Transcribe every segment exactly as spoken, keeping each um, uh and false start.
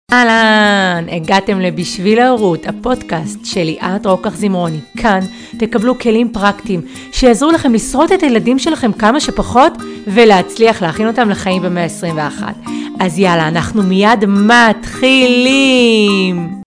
אהלן, הגעתם לבשביל ההורות, הפודקאסט של ליאת רוקח זמרוני. כאן תקבלו כלים פרקטיים שיעזרו לכם לשרוד את הילדים שלכם כמה שפחות ולהצליח להכין אותם לחיים במאה ה-עשרים ואחת. אז יאללה, אנחנו מיד מתחילים.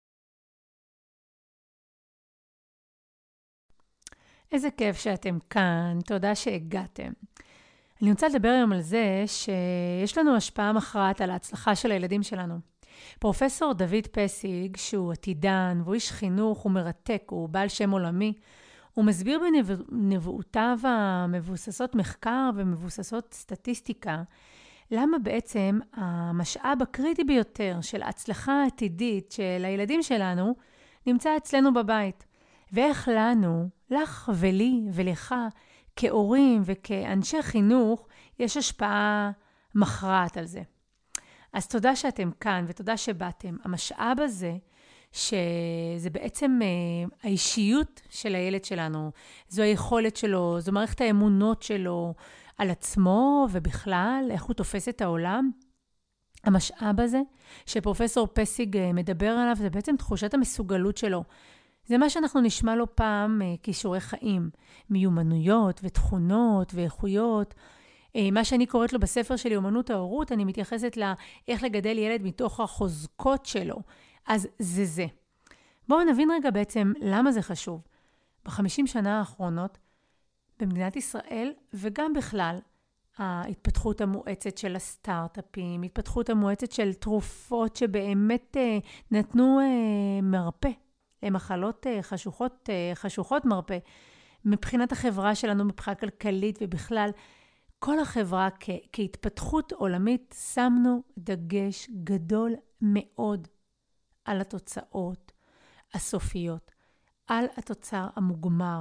איזה כיף שאתם כאן, תודה שהגעתם. אני רוצה לדבר היום על זה שיש לנו השפעה מכרעת על ההצלחה של הילדים שלנו. פרופסור דוד פסיג, שהוא עתידן והוא איש חינוך, הוא מרתק, הוא בעל שם עולמי, הוא מסביר בנבואותיו המבוססות מחקר ומבוססות סטטיסטיקה, למה בעצם המשאב הקריטי ביותר של ההצלחה העתידית של הילדים שלנו נמצא אצלנו בבית. ואיך לנו, לך ולי ולך, כהורים וכאנשי חינוך, יש השפעה מכרעת על זה. אז תודה שאתם כאן ותודה שבאתם. המשאב הזה, שזה בעצם אה, האישיות של הילד שלנו, זו היכולת שלו, זו מערכת האמונות שלו על עצמו ובכלל, איך הוא תופס את העולם. המשאב הזה שפרופסור פסיג מדבר עליו, זה בעצם תחושת המסוגלות שלו. זה מה שאנחנו נשמע לו פעם אה, כישורי חיים, מיומנויות ותכונות ואיכויות, מה שאני קוראת לו בספר שלי, אומנות ההורות, אני מתייחסת לאיך לגדל ילד מתוך החוזקות שלו. אז זה זה. בואו נבין רגע בעצם למה זה חשוב. בחמישים שנה האחרונות, במדינת ישראל, וגם בכלל, ההתפתחות המואצת של הסטארט-אפים, התפתחות המואצת של תרופות שבאמת אה, נתנו אה, מרפא, למחלות אה, חשוכות, אה, חשוכות מרפא, מבחינת החברה שלנו, מבחינה כלכלית ובכלל, כל החברה כ- כהתפתחות עולמית שמנו דגש גדול מאוד על התוצאות הסופיות, על התוצר המוגמר.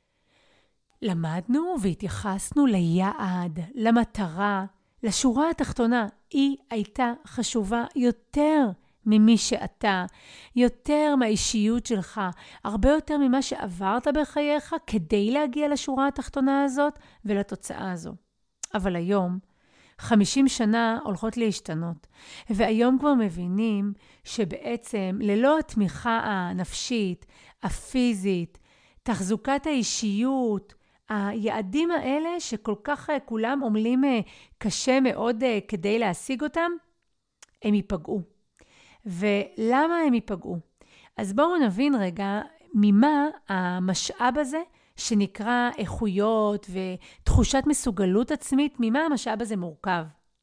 למדנו והתייחסנו ליעד, למטרה, לשורה התחתונה. היא הייתה חשובה יותר ממי שאתה, יותר מהאישיות שלך, הרבה יותר ממה שעברת בחייך כדי להגיע לשורה התחתונה הזאת ולתוצאה הזו. אבל היום, חמישים שנה הולכות להשתנות, והיום כבר מבינים שבעצם ללא התמיכה הנפשית, הפיזית, תחזוקת האישיות, היעדים האלה שכל כך כולם עומלים קשה מאוד כדי להשיג אותם, הם ייפגעו. ולמה הם ייפגעו? אז בואו נבין רגע ממה המשאב הזה שנקרא איכויות ותחושת מסוגלות עצמית, ממה המשאב הזה מורכב.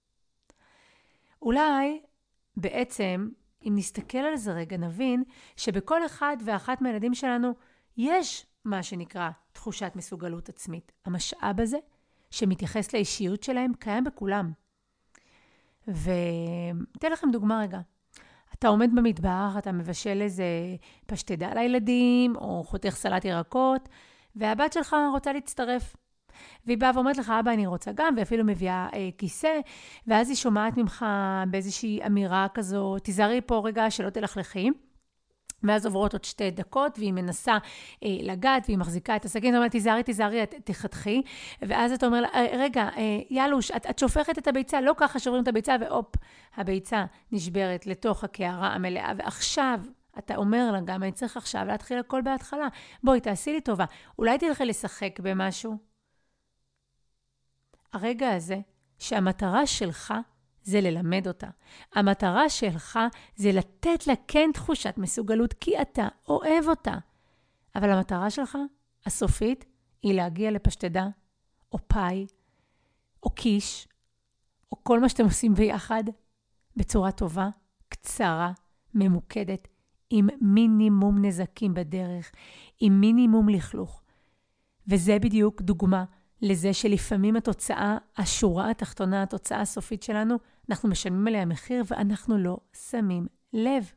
אולי בעצם, אם נסתכל על זה רגע, נבין שבכל אחד ואחת מהילדים שלנו יש מה שנקרא תחושת מסוגלות עצמית. המשאב הזה שמתייחס לאישיות שלהם קיים בכולם. ותן לכם דוגמה רגע. אתה עומד במטבח, אתה מבשל איזה פשטדה לילדים או חותך סלט ירקות, והבת שלך רוצה להצטרף. והיא באה ואומרת לך, אבא, אני רוצה גם, ואפילו מביאה אה, כיסא, ואז היא שומעת ממך באיזושהי אמירה כזו, תיזהרי פה רגע שלא תלכלכי, ואז עוברות עוד שתי דקות, והיא מנסה אה, לגעת, והיא מחזיקה את הסכין, זאת אומרת, תיזהרי, תיזהרי, תחתכי, ואז אתה אומר לה, רגע, אה, יאלוש, את, את שופכת את הביצה, לא ככה שוברים את הביצה, ואופ, הביצה נשברת לתוך הקערה המלאה, ועכשיו, אתה אומר לה גם, אני צריך עכשיו להתחיל הכל בהתחלה. בואי, תעשי לי טובה. אולי תלכי לשחק במשהו? הרגע הזה, שהמטרה שלך זה ללמד אותה. המטרה שלך זה לתת לה כן תחושת מסוגלות, כי אתה אוהב אותה. אבל המטרה שלך, הסופית, היא להגיע לפשטדה, או פאי, או קיש, או כל מה שאתם עושים ביחד, בצורה טובה, קצרה, ממוקדת, עם מינימום נזקים בדרך, עם מינימום לכלוך. וזה בדיוק דוגמה לזה שלפעמים התוצאה, השורה התחתונה, התוצאה הסופית שלנו, אנחנו משלמים עליה מחיר ואנחנו לא שמים לב.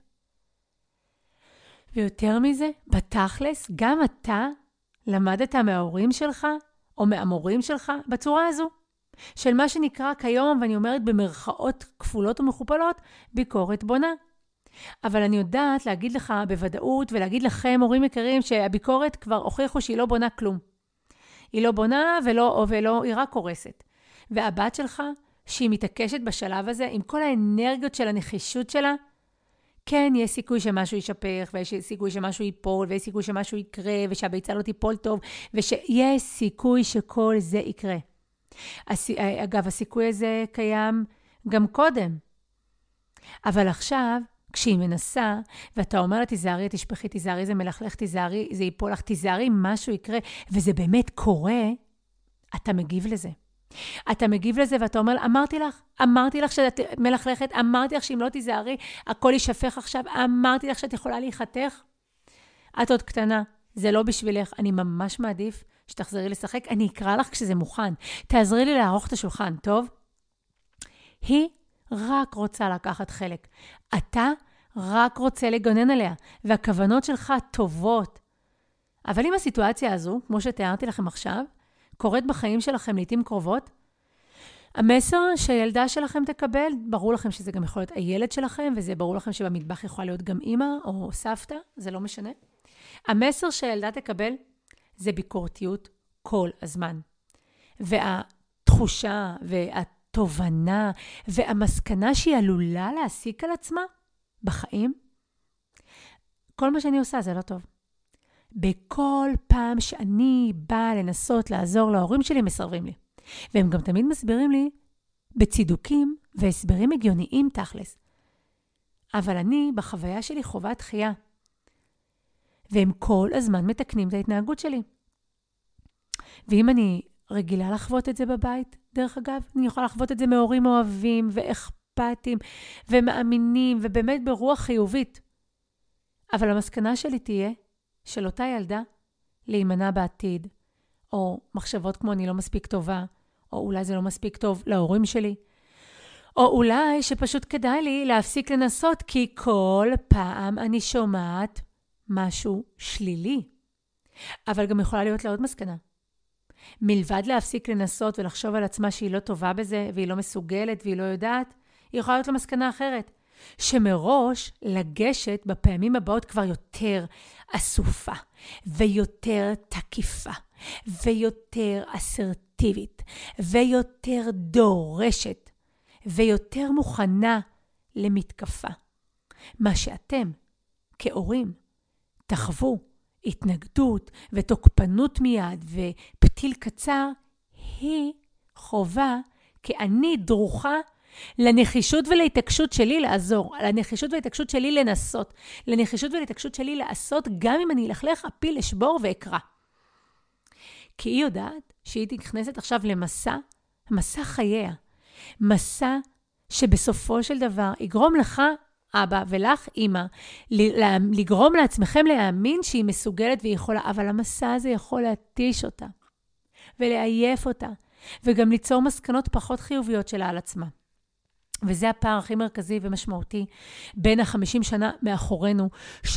ויותר מזה, בתכלס, גם אתה למדת מההורים שלך או מהמורים שלך בצורה הזו, של מה שנקרא כיום, ואני אומרת במרכאות כפולות ומכופלות, ביקורת בונה. אבל אני יודעת להגיד לך בוודאות ולהגיד לכם, הורים יקרים, שהביקורת כבר הוכיחו שהיא לא בונה כלום. היא לא בונה ולא, ולא, היא רק קורסת. והבת שלך, שהיא מתעקשת בשלב הזה, עם כל האנרגיות של הנחישות שלה, כן, יש סיכוי שמשהו יישפך, ויש סיכוי שמשהו ייפול, ויש סיכוי שמשהו יקרה, ושהביצה לא תיפול טוב, ושיש סיכוי שכל זה יקרה. אגב, הסיכוי הזה קיים גם קודם. אבל עכשיו, כשהיא מנסה, ואתה אומר לה, תיזהרי, תשפחי, תיזהרי, זה מלכלך, תיזהרי, זה ייפול לך, תיזהרי, משהו יקרה, וזה באמת קורה, אתה מגיב לזה. אתה מגיב לזה ואתה אומר, אמרתי לך, אמרתי לך שאת מלכלכת, אמרתי לך שאם לא תיזהרי, הכל יישפך עכשיו, אמרתי לך שאת יכולה להיחתך. את עוד קטנה, זה לא בשבילך, אני ממש מעדיף שתחזרי לשחק, אני אקרא לך כשזה מוכן. תעזרי לי לערוך את השולחן, טוב? היא רק רוצה לקחת חלק. אתה רק רוצה לגונן עליה, והכוונות שלך טובות. אבל אם הסיטואציה הזו, כמו שתיארתי לכם עכשיו, קורית בחיים שלכם לעתים קרובות, המסר שהילדה שלכם תקבל, ברור לכם שזה גם יכול להיות הילד שלכם, וזה ברור לכם שבמטבח יכולה להיות גם אמא או סבתא, זה לא משנה. המסר שהילדה תקבל זה ביקורתיות כל הזמן. והתחושה והתובנה והמסקנה שהיא עלולה להסיק על עצמה בחיים, כל מה שאני עושה זה לא טוב. בכל פעם שאני באה לנסות לעזור להורים שלי, מסרבים לי. והם גם תמיד מסבירים לי בצידוקים והסברים הגיוניים תכלס. אבל אני בחוויה שלי חובה דחייה. והם כל הזמן מתקנים את ההתנהגות שלי. ואם אני רגילה לחוות את זה בבית, דרך אגב, אני יכולה לחוות את זה מהורים אוהבים ואכפתים ומאמינים ובאמת ברוח חיובית. אבל המסקנה שלי תהיה של אותה ילדה להימנע בעתיד, או מחשבות כמו אני לא מספיק טובה, או אולי זה לא מספיק טוב להורים שלי, או אולי שפשוט כדאי לי להפסיק לנסות, כי כל פעם אני שומעת משהו שלילי. אבל גם יכולה להיות לה עוד מסקנה. מלבד להפסיק לנסות ולחשוב על עצמה שהיא לא טובה בזה, והיא לא מסוגלת והיא לא יודעת, היא יכולה להיות לה מסקנה אחרת. שמראש לגשת בפעמים הבאות כבר יותר אסופה, ויותר תקיפה, ויותר אסרטיבית, ויותר דורשת, ויותר מוכנה למתקפה. מה שאתם, כהורים, תחוו התנגדות ותוקפנות מיד ופתיל קצר, היא חובה כאני דרוכה לנחישות ולהתעקשות שלי לעזור, לנחישות ולהתעקשות שלי לנסות, לנחישות ולהתעקשות שלי לעשות, גם אם אני אלכלך, אפיל, לשבור ואקרא. כי היא יודעת שהיא נכנסת עכשיו למסע, מסע חייה, מסע שבסופו של דבר יגרום לך, אבא, ולך, אמא, לגרום לעצמכם להאמין שהיא מסוגלת והיא יכולה, אבל המסע הזה יכול להתיש אותה, ולעייף אותה, וגם ליצור מסקנות פחות חיוביות שלה על עצמה. וזה הפער הכי מרכזי ומשמעותי בין החמישים שנה מאחורינו,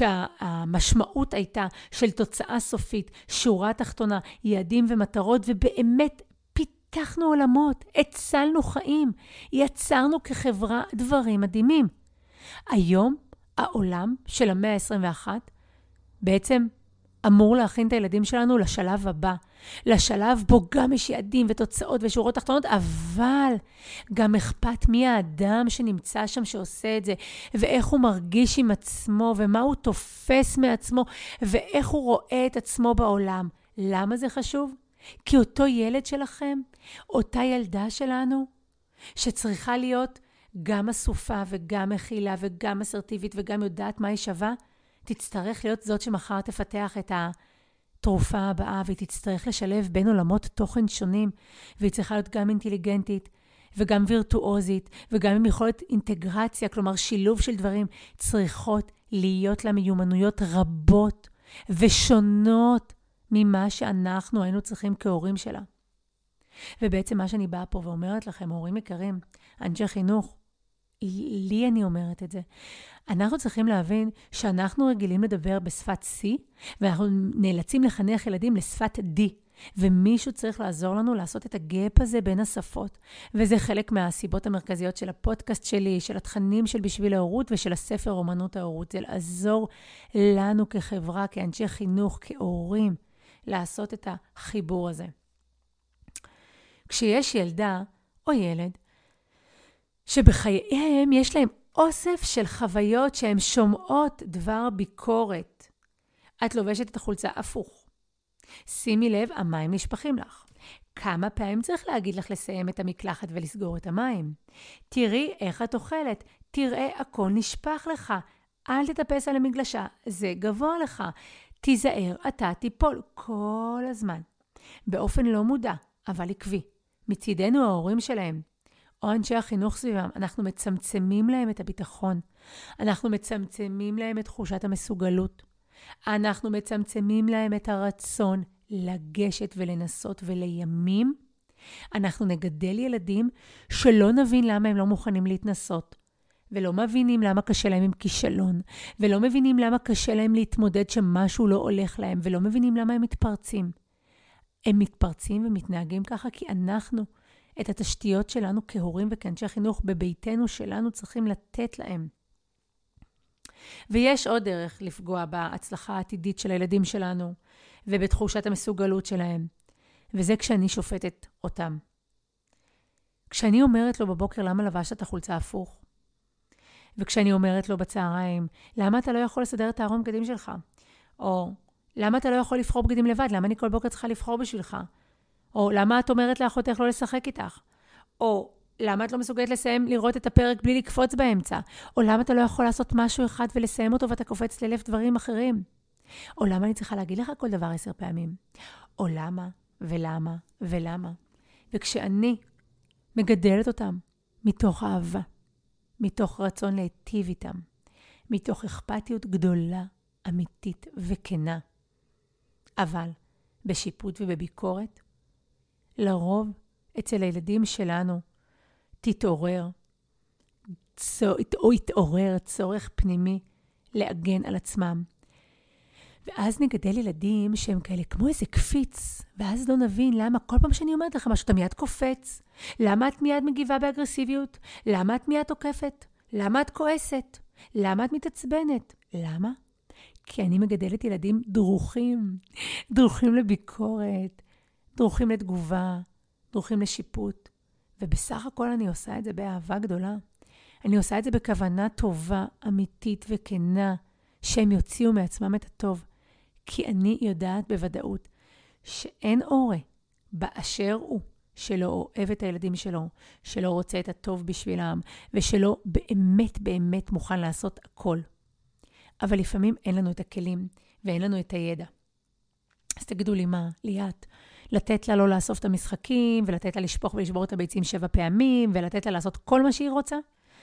שהמשמעות הייתה של תוצאה סופית, שורה תחתונה, יעדים ומטרות, ובאמת פיתחנו עולמות, הצלנו חיים, יצרנו כחברה דברים מדהימים. היום העולם של המאה ה-עשרים ואחת בעצם אמור להכין את הילדים שלנו לשלב הבא, לשלב בו גם יש יעדים ותוצאות ושורות תחתונות, אבל גם אכפת מי האדם שנמצא שם שעושה את זה, ואיך הוא מרגיש עם עצמו, ומה הוא תופס מעצמו, ואיך הוא רואה את עצמו בעולם. למה זה חשוב? כי אותו ילד שלכם, אותה ילדה שלנו, שצריכה להיות גם אסופה וגם מכילה וגם אסרטיבית וגם יודעת מה היא שווה, תצטרך להיות זאת שמחר תפתח את התרופה הבאה, והיא תצטרך לשלב בין עולמות תוכן שונים, והיא צריכה להיות גם אינטליגנטית וגם וירטואוזית, וגם עם יכולת אינטגרציה, כלומר שילוב של דברים, צריכות להיות לה מיומנויות רבות ושונות ממה שאנחנו היינו צריכים כהורים שלה. ובעצם מה שאני באה פה ואומרת לכם, הורים יקרים, אנשי חינוך, לי אני אומרת את זה. אנחנו צריכים להבין שאנחנו רגילים לדבר בשפת C, ואנחנו נאלצים לחנך ילדים לשפת D, ומישהו צריך לעזור לנו לעשות את הגאפ הזה בין השפות. וזה חלק מהסיבות המרכזיות של הפודקאסט שלי, של התכנים של בשביל ההורות ושל הספר אומנות ההורות. זה לעזור לנו כחברה, כאנשי חינוך, כהורים, לעשות את החיבור הזה. כשיש ילדה או ילד, שבחייהם יש להם אוסף של חוויות שהן שומעות דבר ביקורת. את לובשת את החולצה הפוך. שימי לב, המים נשפכים לך. כמה פעמים צריך להגיד לך לסיים את המקלחת ולסגור את המים? תראי איך את אוכלת. תראה, הכל נשפך לך. אל תטפס על המגלשה, זה גבוה לך. תיזהר, אתה תיפול כל הזמן. באופן לא מודע, אבל עקבי. מצידנו ההורים שלהם, או אנשי החינוך סביבם, אנחנו מצמצמים להם את הביטחון. אנחנו מצמצמים להם את תחושת המסוגלות. אנחנו מצמצמים להם את הרצון לגשת ולנסות, ולימים אנחנו נגדל ילדים שלא נבין למה הם לא מוכנים להתנסות, ולא מבינים למה קשה להם עם כישלון, ולא מבינים למה קשה להם להתמודד שמשהו לא הולך להם, ולא מבינים למה הם מתפרצים. הם מתפרצים ומתנהגים ככה כי אנחנו את התשתיות שלנו כהורים וכאנשי חינוך בביתנו שלנו צריכים לתת להם. ויש עוד דרך לפגוע בהצלחה העתידית של הילדים שלנו ובתחושת המסוגלות שלהם, וזה כשאני שופטת אותם. כשאני אומרת לו בבוקר למה לבשת את החולצה הפוך, וכשאני אומרת לו בצהריים למה אתה לא יכול לסדר את הארון בגדים שלך, או למה אתה לא יכול לבחור בגדים לבד, למה אני כל בוקר צריכה לבחור בשבילך, או למה את אומרת לאחותך לא לשחק איתך, או למה את לא מסוגלת לסיים לראות את הפרק בלי לקפוץ באמצע, או למה אתה לא יכול לעשות משהו אחד ולסיים אותו ואתה קופץ לאלף דברים אחרים, או למה אני צריכה להגיד לך כל דבר עשר פעמים, או למה ולמה ולמה. וכשאני מגדלת אותם מתוך אהבה, מתוך רצון להיטיב איתם, מתוך אכפתיות גדולה, אמיתית וכנה, אבל בשיפוט ובביקורת, לרוב אצל הילדים שלנו תתעורר, או יתעורר צורך פנימי להגן על עצמם. ואז נגדל ילדים שהם כאלה כמו איזה קפיץ, ואז לא נבין למה כל פעם שאני אומרת לך משהו, אתה מיד קופץ. למה את מיד מגיבה באגרסיביות? למה את מיד תוקפת? למה את כועסת? למה את מתעצבנת? למה? כי אני מגדלת ילדים דרוכים, דרוכים לביקורת, דרוכים לתגובה, דרוכים לשיפוט. ובסך הכל אני עושה את זה באהבה גדולה. אני עושה את זה בכוונה טובה, אמיתית וכנה, שהם יוציאו מעצמם את הטוב. כי אני יודעת בוודאות שאין הורה באשר הוא שלא אוהב את הילדים שלו, שלא רוצה את הטוב בשבילם, ושלא באמת באמת מוכן לעשות הכל. אבל לפעמים אין לנו את הכלים ואין לנו את הידע. אז תגידו לי מה, ליאת, לתת לה לא לאסוף את המשחקים, ולתת לה לשפוך ולשבור את הביצים שבע פעמים, ולתת לה לעשות כל מה שהיא רוצה?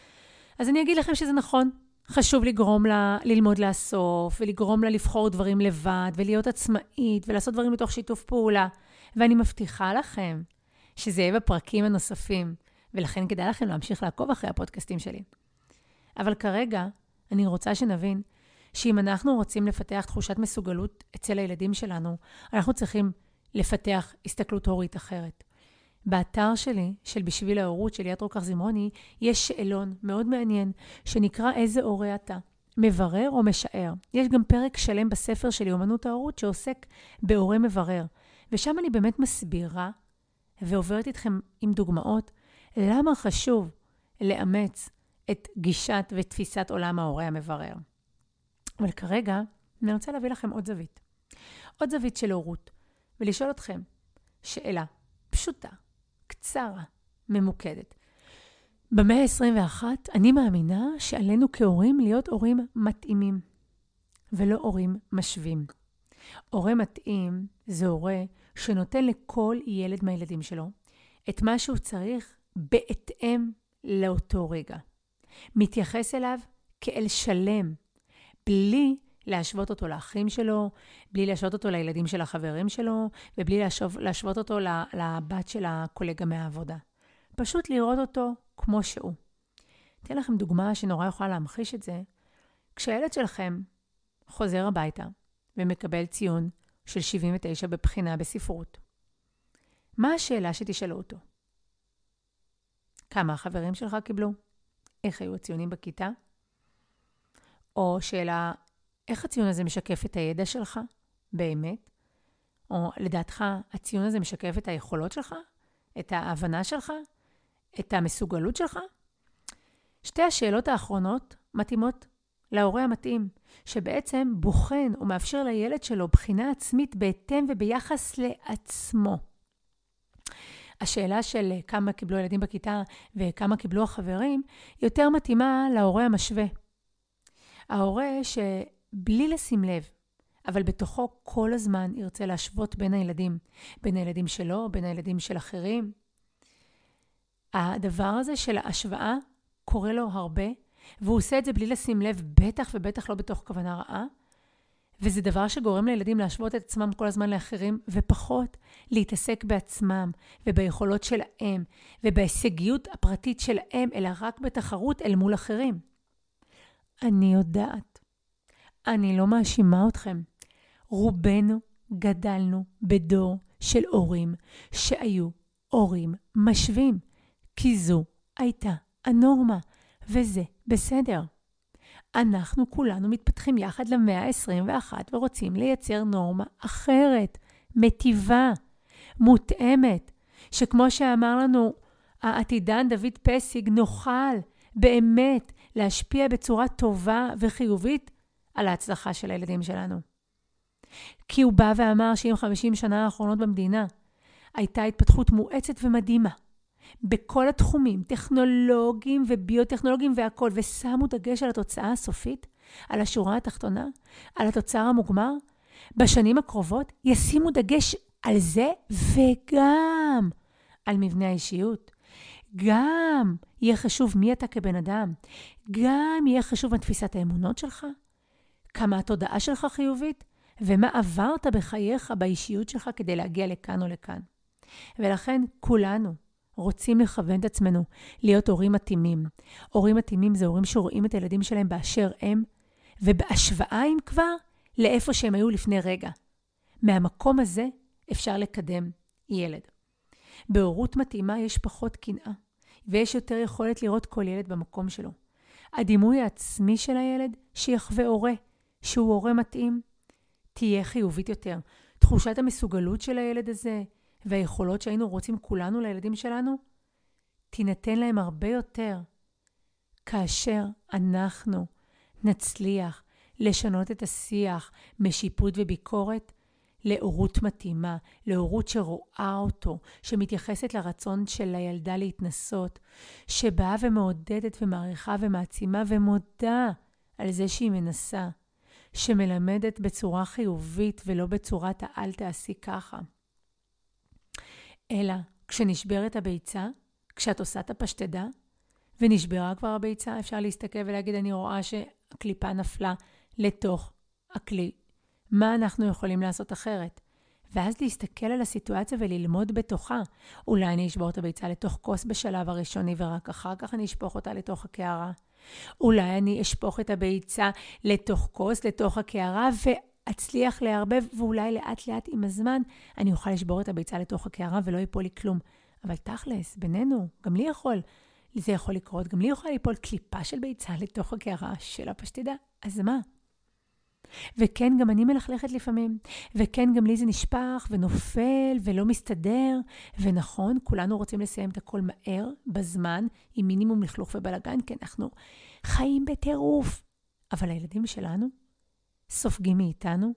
אז אני אגיד לכם שזה נכון. חשוב לגרום לה ללמוד לאסוף, ולגרום לה לבחור דברים לבד, ולהיות עצמאית, ולעשות דברים מתוך שיתוף פעולה. ואני מבטיחה לכם שזה יהיה בפרקים הנוספים, ולכן כדאי לכם להמשיך לעקוב אחרי הפודקאסטים שלי. אבל כרגע אני רוצה שנבין שאם אנחנו רוצים לפתח תחושת מסוגלות אצל הילדים שלנו, אנחנו צריכים לפתח הסתכלות הורית אחרת. באתר שלי, של בשביל ההורות של ליאת רוקח זמרוני, יש שאלון מאוד מעניין שנקרא איזה הורה אתה, מברר או משער. יש גם פרק שלם בספר שלי, אומנות ההורות, שעוסק בהורה מברר. ושם אני באמת מסבירה ועוברת איתכם עם דוגמאות למה חשוב לאמץ את גישת ותפיסת עולם ההורה המברר. אבל כרגע אני רוצה להביא לכם עוד זווית. עוד זווית של הורות, ולשאול אתכם שאלה פשוטה, קצרה, ממוקדת. במאה ה-עשרים ואחת אני מאמינה שעלינו כהורים להיות הורים מתאימים, ולא הורים משווים. הורה מתאים זה הורה שנותן לכל ילד מהילדים שלו את מה שהוא צריך בהתאם לאותו רגע. מתייחס אליו כאל שלם, בלי להשוות אותו לאחים שלו, בלי להשוות אותו לילדים של החברים שלו, ובלי להשוב, להשוות אותו לבת של הקולגה מהעבודה. פשוט לראות אותו כמו שהוא. אתן לכם דוגמה שנורא יכולה להמחיש את זה. כשהילד שלכם חוזר הביתה ומקבל ציון של שבעים ותשע בבחינה בספרות, מה השאלה שתשאלו אותו? כמה החברים שלך קיבלו? איך היו הציונים בכיתה? או שאלה, איך הציון הזה משקף את הידע שלך? באמת? או לדעתך, הציון הזה משקף את היכולות שלך? את ההבנה שלך? את המסוגלות שלך? שתי השאלות האחרונות מתאימות להורה המתאים, שבעצם בוחן ומאפשר לילד שלו בחינה עצמית בהתאם וביחס לעצמו. השאלה של כמה קיבלו ילדים בכיתה וכמה קיבלו החברים, יותר מתאימה להורה המשווה. ההורה שבלי לשים לב, אבל בתוכו כל הזמן ירצה להשוות בין הילדים, בין הילדים שלו, בין הילדים של אחרים. הדבר הזה של ההשוואה קורה לו הרבה, והוא עושה את זה בלי לשים לב, בטח ובטח לא בתוך כוונה רעה, וזה דבר שגורם לילדים להשוות את עצמם כל הזמן לאחרים, ופחות להתעסק בעצמם, וביכולות שלהם, ובהישגיות הפרטית שלהם, אלא רק בתחרות אל מול אחרים. אני יודעת, אני לא מאשימה אתכם. רובנו גדלנו בדור של הורים שהיו הורים משווים, כי זו הייתה הנורמה, וזה בסדר. אנחנו כולנו מתפתחים יחד למאה ה-עשרים ואחת ורוצים לייצר נורמה אחרת, מטיבה, מותאמת, שכמו שאמר לנו העתידן דוד פסיג, נוכל באמת להשפיע בצורה טובה וחיובית על ההצלחה של הילדים שלנו. כי הוא בא ואמר שאם חמישים שנה האחרונות במדינה הייתה התפתחות מואצת ומדהימה, בכל התחומים, טכנולוגיים וביוטכנולוגיים והכל, ושמו דגש על התוצאה הסופית, על השורה התחתונה, על התוצר המוגמר, בשנים הקרובות ישימו דגש על זה וגם על מבנה האישיות. גם יהיה חשוב מי אתה כבן אדם, גם יהיה חשוב על תפיסת האמונות שלך, כמה התודעה שלך חיובית, ומה עברת בחייך, באישיות שלך, כדי להגיע לכאן או לכאן. ולכן כולנו רוצים לכוון את עצמנו להיות הורים מתאימים. הורים מתאימים זה הורים שרואים את הילדים שלהם באשר הם, ובהשוואה אם כבר לאיפה שהם היו לפני רגע. מהמקום הזה אפשר לקדם ילד. בהורות מתאימה יש פחות קנאה, ויש יותר יכולת לראות כל ילד במקום שלו. הדימוי העצמי של הילד שיחווה הורה, שהוא הורה מתאים, תהיה חיובית יותר. תחושת המסוגלות של הילד הזה, והיכולות שהיינו רוצים כולנו לילדים שלנו, תינתן להם הרבה יותר, כאשר אנחנו נצליח לשנות את השיח משיפוט וביקורת, להורות מתאימה, להורות שרואה אותו, שמתייחסת לרצון של הילדה להתנסות, שבאה ומעודדת ומעריכה ומעצימה ומודה על זה שהיא מנסה, שמלמדת בצורה חיובית ולא בצורת האל תעשי ככה. אלא כשנשברת הביצה, כשאת עושה את הפשטדה, ונשברה כבר הביצה, אפשר להסתכל ולהגיד, אני רואה שהקליפה נפלה לתוך הכלי. מה אנחנו יכולים לעשות אחרת? ואז להסתכל על הסיטואציה וללמוד בתוכה. אולי אני אשבור את הביצה לתוך כוס בשלב הראשוני, ורק אחר כך אני אשפוך אותה לתוך הקערה. אולי אני אשפוך את הביצה לתוך כוס, לתוך הקערה, ואצליח להרבב, ואולי לאט לאט עם הזמן, אני אוכל לשבור את הביצה לתוך הקערה ולא ייפול לי כלום. אבל תכלס, בינינו, גם לי יכול, זה יכול לקרות, גם לי יכול ליפול קליפה של ביצה לתוך הקערה של הפשטידה. אז מה? וכן, גם אני מלכלכת לפעמים, וכן, גם לי זה נשפך ונופל ולא מסתדר, ונכון, כולנו רוצים לסיים את הכל מהר, בזמן, עם מינימום לכלוך ובלגן, כי אנחנו חיים בטירוף. אבל הילדים שלנו סופגים מאיתנו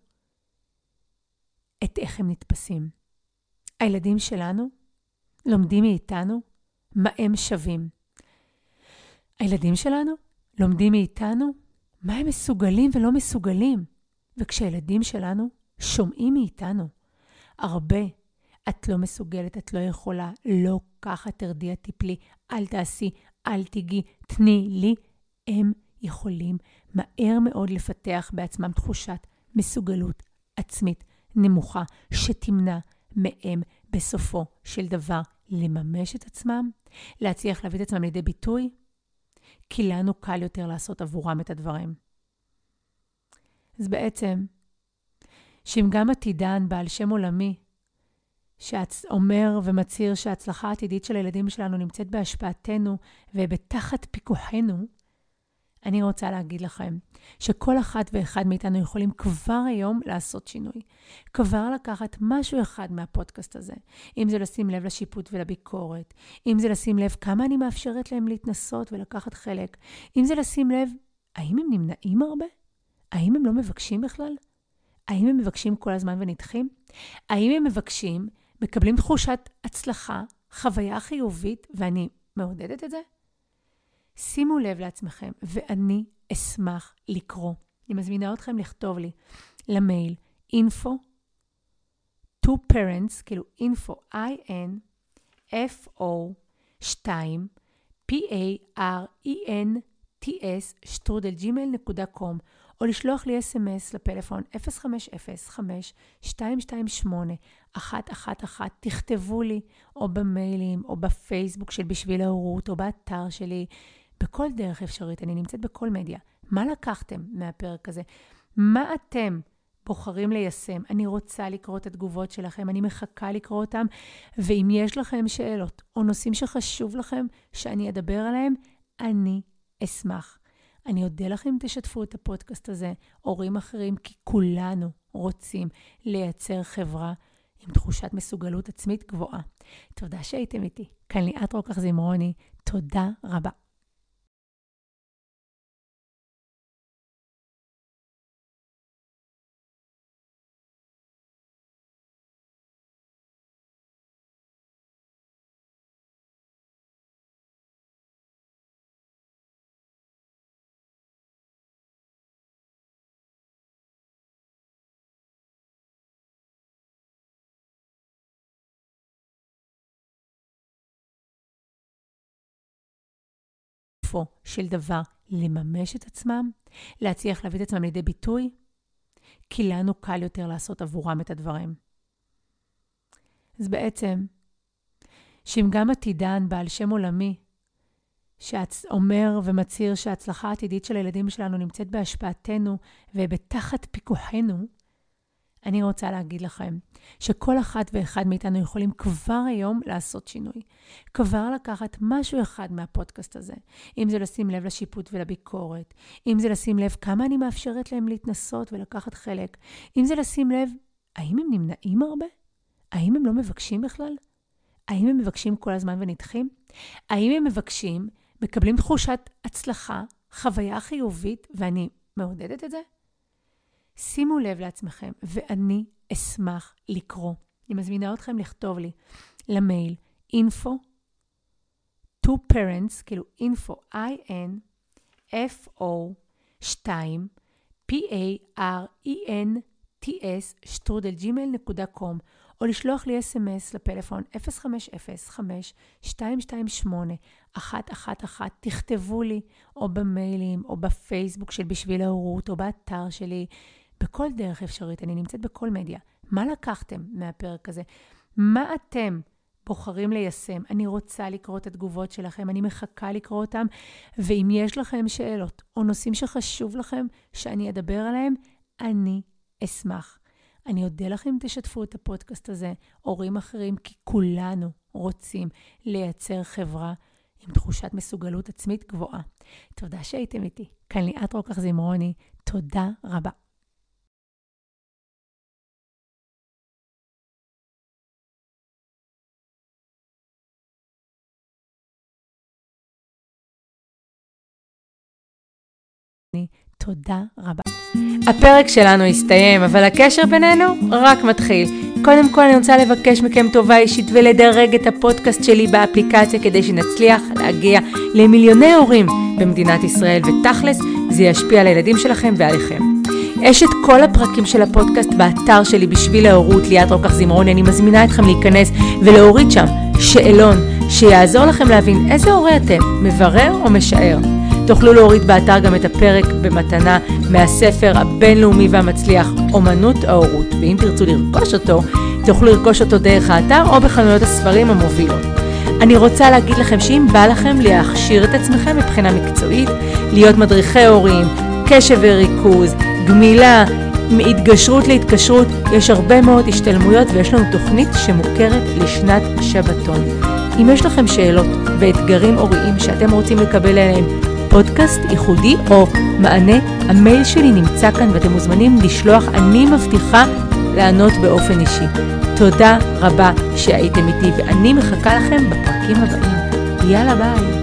את איך הם נתפסים. הילדים שלנו לומדים מאיתנו מה הם שווים. הילדים שלנו לומדים מאיתנו מה הם מסוגלים ולא מסוגלים. וכשהילדים שלנו שומעים מאיתנו הרבה, את לא מסוגלת, את לא יכולה, לא ככה תרדי, טיפלי, אל תעשי, אל תיגי, תני לי, הם יכולים מהר מאוד לפתח בעצמם תחושת מסוגלות עצמית נמוכה, שתמנע מהם בסופו של דבר לממש את עצמם, להצליח להביא את עצמם לידי ביטוי, כי לנו קל יותר לעשות עבורם את הדברים. אז בעצם, שאם גם עתידן בעל שם עולמי, שאומר ומצהיר שההצלחה העתידית של הילדים שלנו נמצאת בהשפעתנו ובתחת פיקוחנו, אני רוצה להגיד לכם שכל אחת ואחד מאיתנו יכולים כבר היום לעשות שינוי. כבר לקחת משהו אחד מהפודקאסט הזה. אם זה לשים לב לשיפוט ולביקורת, אם זה לשים לב כמה אני מאפשרת להם להתנסות ולקחת חלק, אם זה לשים לב, האם הם נמנעים הרבה? האם הם לא מבקשים בכלל? האם הם מבקשים כל הזמן ונדחים? האם הם מבקשים, מקבלים תחושת הצלחה, חוויה חיובית, ואני מעודדת את זה? שימו לב לעצמכם, ואני אשמח לקרוא. אני מזמינה אתכם לכתוב לי למייל info to parents, כאילו info, I-N-F-O, שתיים, P-A-R-E-N-T-S, שטרודל ג'ימייל נקודה קום, או לשלוח לי אס אם אס לפלאפון אפס חמש אפס חמש שתיים שתיים שמונה אחת אחת אחת. תכתבו לי או במיילים או בפייסבוק של בשביל ההורות או באתר שלי. בכל דרך אפשרית, אני נמצאת בכל מדיה. מה לקחתם מהפרק הזה? מה אתם בוחרים ליישם? אני רוצה לקרוא את התגובות שלכם, אני מחכה לקרוא אותם, ואם יש לכם שאלות או נושאים שחשוב לכם שאני אדבר עליהם, אני אשמח. אני אודה לכם אם תשתפו את הפודקאסט הזה, הורים אחרים, כי כולנו רוצים לייצר חברה עם תחושת מסוגלות עצמית גבוהה. תודה שהייתם איתי. כאן ליאת רוקח זמרוני. תודה רבה. של דבר לממש את עצמם, להצליח להביא את עצמם לידי ביטוי, כי לנו קל יותר לעשות עבורם את הדברים. אז בעצם, שאם גם עתידן בעל שם עולמי, שאומר ומצהיר שההצלחה העתידית של הילדים שלנו נמצאת בהשפעתנו ובתחת פיקוחנו, אני רוצה להגיד לכם שכל אחת ואחד מאיתנו יכולים כבר היום לעשות שינוי. כבר לקחת משהו אחד מהפודקאסט הזה. אם זה לשים לב לשיפוט ולביקורת, אם זה לשים לב כמה אני מאפשרת להם להתנסות ולקחת חלק, אם זה לשים לב, האם הם נמנעים הרבה? האם הם לא מבקשים בכלל? האם הם מבקשים כל הזמן ונדחים? האם הם מבקשים, מקבלים תחושת הצלחה, חוויה חיובית, ואני מעודדת את זה? שימו לב לעצמכם, ואני אשמח לקרוא. אני מזמינה אתכם לכתוב לי למייל info to parents, כאילו info, I-N-F-O, שתיים, P-A-R-E-N-T-S, שטרודל ג'ימייל נקודה קום, או לשלוח לי אס אם אס לפלאפון אפס חמש אפס חמש שתיים שתיים שמונה אחת אחת אחת. תכתבו לי או במיילים או בפייסבוק של בשביל ההורות או באתר שלי. בכל דרך אפשרית, אני נמצאת בכל מדיה. מה לקחתם מהפרק הזה? מה אתם בוחרים ליישם? אני רוצה לקרוא את התגובות שלכם, אני מחכה לקרוא אותם, ואם יש לכם שאלות או נושאים שחשוב לכם שאני אדבר עליהם, אני אשמח. אני אודה לכם אם תשתפו את הפודקאסט הזה, הורים אחרים, כי כולנו רוצים לייצר חברה עם תחושת מסוגלות עצמית גבוהה. תודה שהייתם איתי. כאן ליאת רוקח זמרוני. תודה רבה. תודה רבה. הפרק שלנו הסתיים, אבל הקשר בינינו רק מתחיל. קודם כל אני רוצה לבקש מכם טובה אישית ולדרג את הפודקאסט שלי באפליקציה כדי שנצליח להגיע למיליוני הורים במדינת ישראל, ותכלס זה ישפיע על הילדים שלכם ועליכם. יש את כל הפרקים של הפודקאסט באתר שלי בשביל ההורות, ליאת רוקח זמרוני. אני מזמינה אתכם להיכנס ולהוריד שם שאלון שיעזור לכם להבין איזה הורה אתם, מברר או משער. תוכלו להוריד באתר גם את הפרק במתנה מהספר הבינלאומי והמצליח אומנות ההורות, ואם תרצו לרכוש אותו, תוכלו לרכוש אותו דרך האתר או בחנויות הספרים המובילות. אני רוצה להגיד לכם שאם בא לכם להכשיר את עצמכם מבחינה מקצועית, להיות מדריכי הורים, קשב וריכוז, גמילה, מהתגשרות להתקשרות, יש הרבה מאוד השתלמויות ויש לנו תוכנית שמוכרת לשנת שבתון. אם יש לכם שאלות ואתגרים הוריים שאתם רוצים לקבל אליהם פודקאסט ייחודי או מענה, המייל שלי נמצא כאן ואתם מוזמנים לשלוח, אני מבטיחה לענות באופן אישי. תודה רבה שהייתם איתי ואני מחכה לכם בפרקים הבאים. יאללה ביי.